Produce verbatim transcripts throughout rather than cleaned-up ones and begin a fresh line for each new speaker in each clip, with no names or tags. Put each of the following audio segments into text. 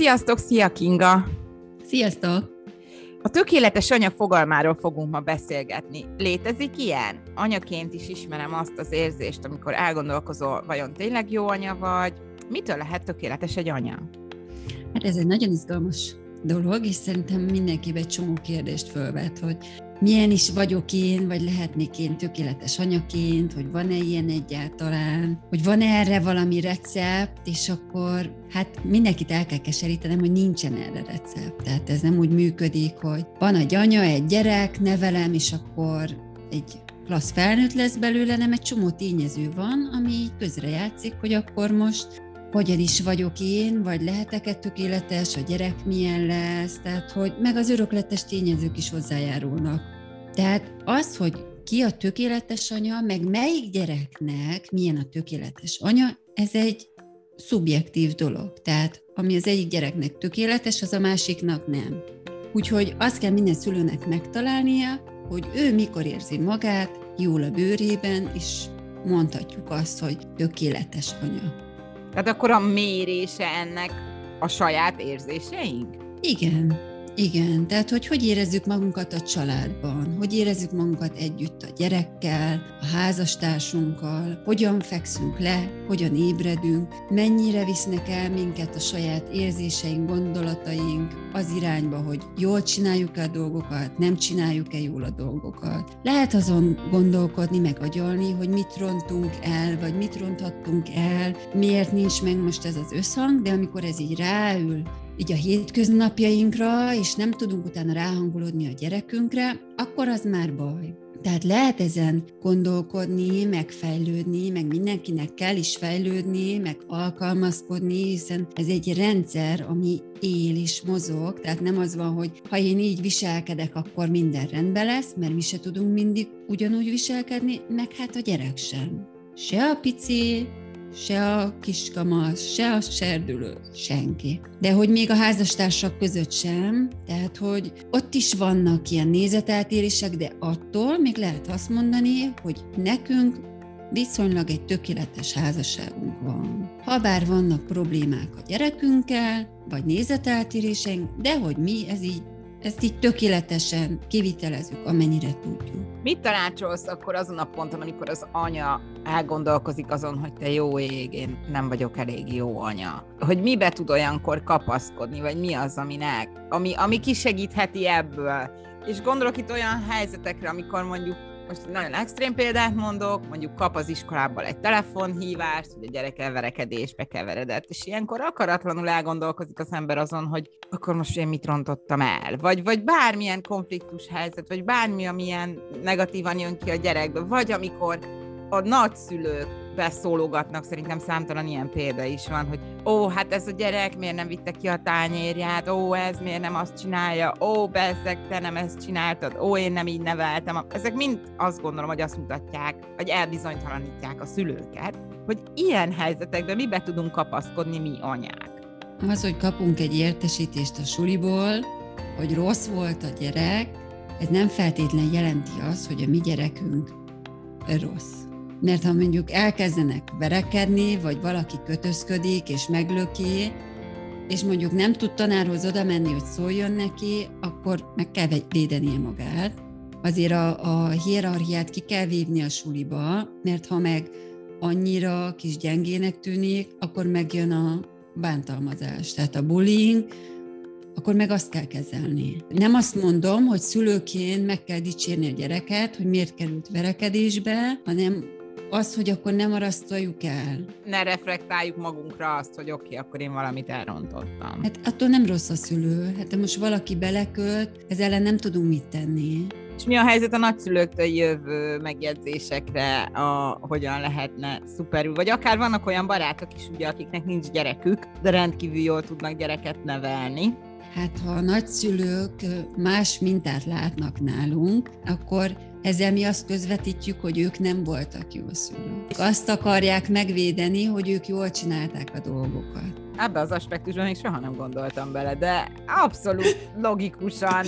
Sziasztok, szia Kinga!
Sziasztok!
A tökéletes anya fogalmáról fogunk ma beszélgetni. Létezik ilyen? Anyaként is ismerem azt az érzést, amikor elgondolkozol, vajon tényleg jó anya vagy? Mitől lehet tökéletes egy anya?
Hát ez egy nagyon izgalmas dolog, és szerintem mindenkibe egy csomó kérdést fölvet, hogy milyen is vagyok én, vagy lehetnék én tökéletes anyaként, hogy van-e ilyen egyáltalán, hogy van-e erre valami recept, és akkor hát mindenkit el kell keserítenem, hogy nincsen erre recept. Tehát ez nem úgy működik, hogy van egy anya, egy gyerek, nevelem, és akkor egy klassz felnőtt lesz belőle, nem egy csomó tényező van, ami közrejátszik, hogy akkor most hogyan is vagyok én, vagy lehetek-e tökéletes, a gyerek milyen lesz, tehát hogy meg az örökletes tényezők is hozzájárulnak. Tehát az, hogy ki a tökéletes anya, meg melyik gyereknek milyen a tökéletes anya, ez egy szubjektív dolog. Tehát ami az egyik gyereknek tökéletes, az a másiknak nem. Úgyhogy azt kell minden szülőnek megtalálnia, hogy ő mikor érzi magát jól a bőrében, és mondhatjuk azt, hogy tökéletes anya.
Tehát akkor a mérése ennek a saját érzéseink?
Igen, igen. Tehát, hogy hogy érezzük magunkat a családban, hogy érezzük magunkat együtt a gyerekkel, a házastársunkkal, hogyan fekszünk le, hogyan ébredünk, mennyire visznek el minket a saját érzéseink, gondolataink az irányba, hogy jól csináljuk-e a dolgokat, nem csináljuk-e jól a dolgokat. Lehet azon gondolkodni, meg agyalni, hogy mit rontunk el, vagy mit ronthattunk el, miért nincs meg most ez az összhang, de amikor ez így ráül, így a hétköznapjainkra, és nem tudunk utána ráhangolódni a gyerekünkre, akkor az már baj. Tehát lehet ezen gondolkodni, meg fejlődni, meg mindenkinek kell is fejlődni, meg alkalmazkodni, hiszen ez egy rendszer, ami él és mozog, tehát nem az van, hogy ha én így viselkedek, akkor minden rendben lesz, mert mi se tudunk mindig ugyanúgy viselkedni, meg hát a gyerek sem. Se a pici, se a kiskamasz, se a serdülő, senki. De hogy még a házastársak között sem, tehát hogy ott is vannak ilyen nézeteltérések, de attól még lehet azt mondani, hogy nekünk viszonylag egy tökéletes házasságunk van. Habár vannak problémák a gyerekünkkel, vagy nézeteltéréseink, de hogy mi ez így, ezt így tökéletesen kivitelezzük, amennyire tudjuk.
Mit tanácsolsz akkor azon a ponton, amikor az anya elgondolkozik azon, hogy te jó ég, én nem vagyok elég jó anya? Hogy mibe tud olyankor kapaszkodni, vagy mi az, aminek, ami, ami kisegítheti ebből? És gondolok itt olyan helyzetekre, amikor mondjuk, most nagyon extrém példát mondok, mondjuk kap az iskolából egy telefonhívást, hogy a gyerek elverekedésbe keveredett, és ilyenkor akaratlanul elgondolkozik az ember azon, hogy akkor most én mit rontottam el, vagy, vagy bármilyen konfliktus helyzet, vagy bármi, amilyen negatívan jön ki a gyerekbe, vagy amikor a nagyszülők beszólogatnak, szerintem számtalan ilyen példa is van, hogy ó, hát ez a gyerek miért nem vitte ki a tányérját, ó, ez miért nem azt csinálja, ó, bezzeg, te nem ezt csináltad, ó, én nem így neveltem. Ezek mind azt gondolom, hogy azt mutatják, vagy elbizonytalanítják a szülőket, hogy ilyen helyzetekben mibe tudunk kapaszkodni mi anyák.
Az, hogy kapunk egy értesítést a suliból, hogy rossz volt a gyerek, ez nem feltétlenül jelenti azt, hogy a mi gyerekünk rossz. Mert ha mondjuk elkezdenek verekedni, vagy valaki kötözködik és meglöki, és mondjuk nem tud tanárhoz oda menni, hogy szóljon neki, akkor meg kell védenie magát. Azért a, a hierarchiát ki kell vívni a suliba, mert ha meg annyira kis gyengének tűnik, akkor megjön a bántalmazás, tehát a bullying, akkor meg azt kell kezelni. Nem azt mondom, hogy szülőként meg kell dicsérni a gyereket, hogy miért került verekedésbe, hanem az, hogy akkor nem marasztaljuk el.
Ne reflektáljuk magunkra azt, hogy oké, okay, akkor én valamit elrontottam.
Hát attól nem rossz a szülő. Hát ha most valaki belekölt, ez ellen nem tudunk mit tenni.
És mi a helyzet a nagyszülőktől jövő megjegyzésekre, a, hogyan lehetne szuperül? Vagy akár vannak olyan barátok is, ugye, akiknek nincs gyerekük, de rendkívül jól tudnak gyereket nevelni.
Hát ha a nagyszülők más mintát látnak nálunk, akkor ezzel mi azt közvetítjük, hogy ők nem voltak jó szülők. Azt akarják megvédeni, hogy ők jól csinálták a dolgokat.
Ebbe az aspektusban még soha nem gondoltam bele, de abszolút logikusan,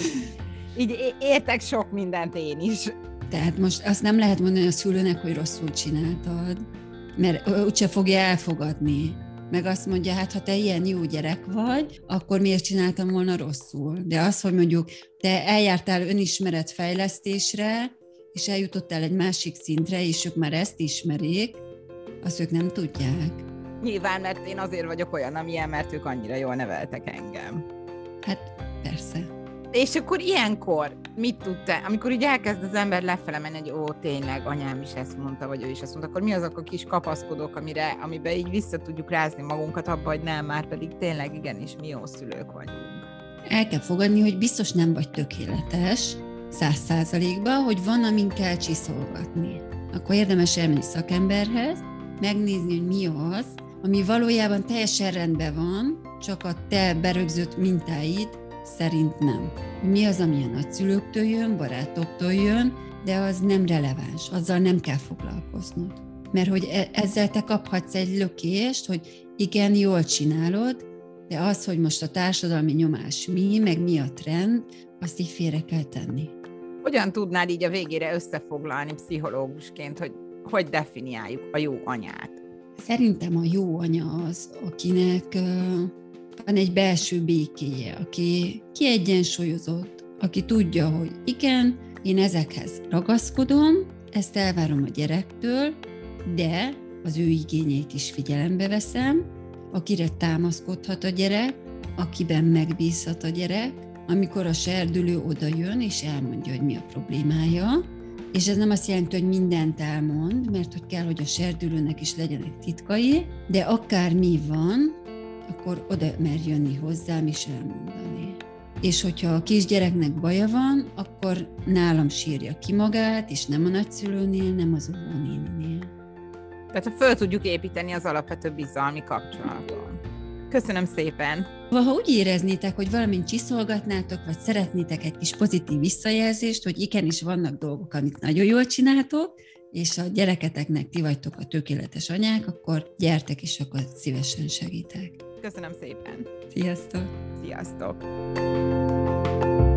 így értek sok mindent én is.
Tehát most azt nem lehet mondani a szülőnek, hogy rosszul csináltad, mert úgyse fogja elfogadni. meg azt mondja, hát ha te ilyen jó gyerek vagy, akkor miért csináltam volna rosszul? De az, hogy mondjuk te eljártál önismeretfejlesztésre, és eljutottál egy másik szintre, és ők már ezt ismerik, azt ők nem tudják.
Nyilván, mert én azért vagyok olyan, amilyen, mert ők annyira jól neveltek engem.
Hát persze.
És akkor ilyenkor mit tudtál, amikor így elkezd az ember lefele menni, hogy ó, tényleg, anyám is ezt mondta, vagy ő is ezt mondta, akkor mi azok a kis kapaszkodók, amire, amiben így vissza tudjuk rázni magunkat abba, hogy nem, már pedig tényleg igenis mi jó szülők vagyunk.
El kell fogadni, hogy biztos nem vagy tökéletes, száz százalékban, hogy van, amin kell csiszolgatni. Akkor érdemes elmenni szakemberhez, megnézni, hogy mi az, ami valójában teljesen rendben van, csak a te berögzött mintáid szerint nem. Mi az, ami a nagyszülőktől jön, barátoktól jön, de az nem releváns, azzal nem kell foglalkoznod. Mert hogy ezzel te kaphatsz egy lökést, hogy igen, jól csinálod, de az, hogy most a társadalmi nyomás mi, meg mi a trend, azt így félre kell tenni.
Hogyan tudnád így a végére összefoglalni pszichológusként, hogy hogy definiáljuk a jó anyát?
Szerintem a jó anya az, akinek uh, van egy belső békéje, aki kiegyensúlyozott, aki tudja, hogy igen, én ezekhez ragaszkodom, ezt elvárom a gyerektől, de az ő igényeit is figyelembe veszem, akire támaszkodhat a gyerek, akiben megbízhat a gyerek, amikor a serdülő oda jön és elmondja, hogy mi a problémája, és ez nem azt jelenti, hogy mindent elmond, mert hogy kell, hogy a serdülőnek is legyenek titkai, de akár mi van, akkor oda mer jönni hozzám és elmondani. És hogyha a kisgyereknek baja van, akkor nálam sírja ki magát, és nem a nagyszülőnél, nem az óvónéninél.
Tehát, ha föl tudjuk építeni az alapvető bizalmi kapcsolaton. Köszönöm szépen!
Ha úgy éreznétek, hogy valamint csiszolgatnátok, vagy szeretnétek egy kis pozitív visszajelzést, hogy igenis vannak dolgok, amit nagyon jól csináltok, és a gyereketeknek ti vagytok a tökéletes anyák, akkor gyertek, és akkor szívesen segítek.
Köszönöm szépen!
Sziasztok!
Sziasztok!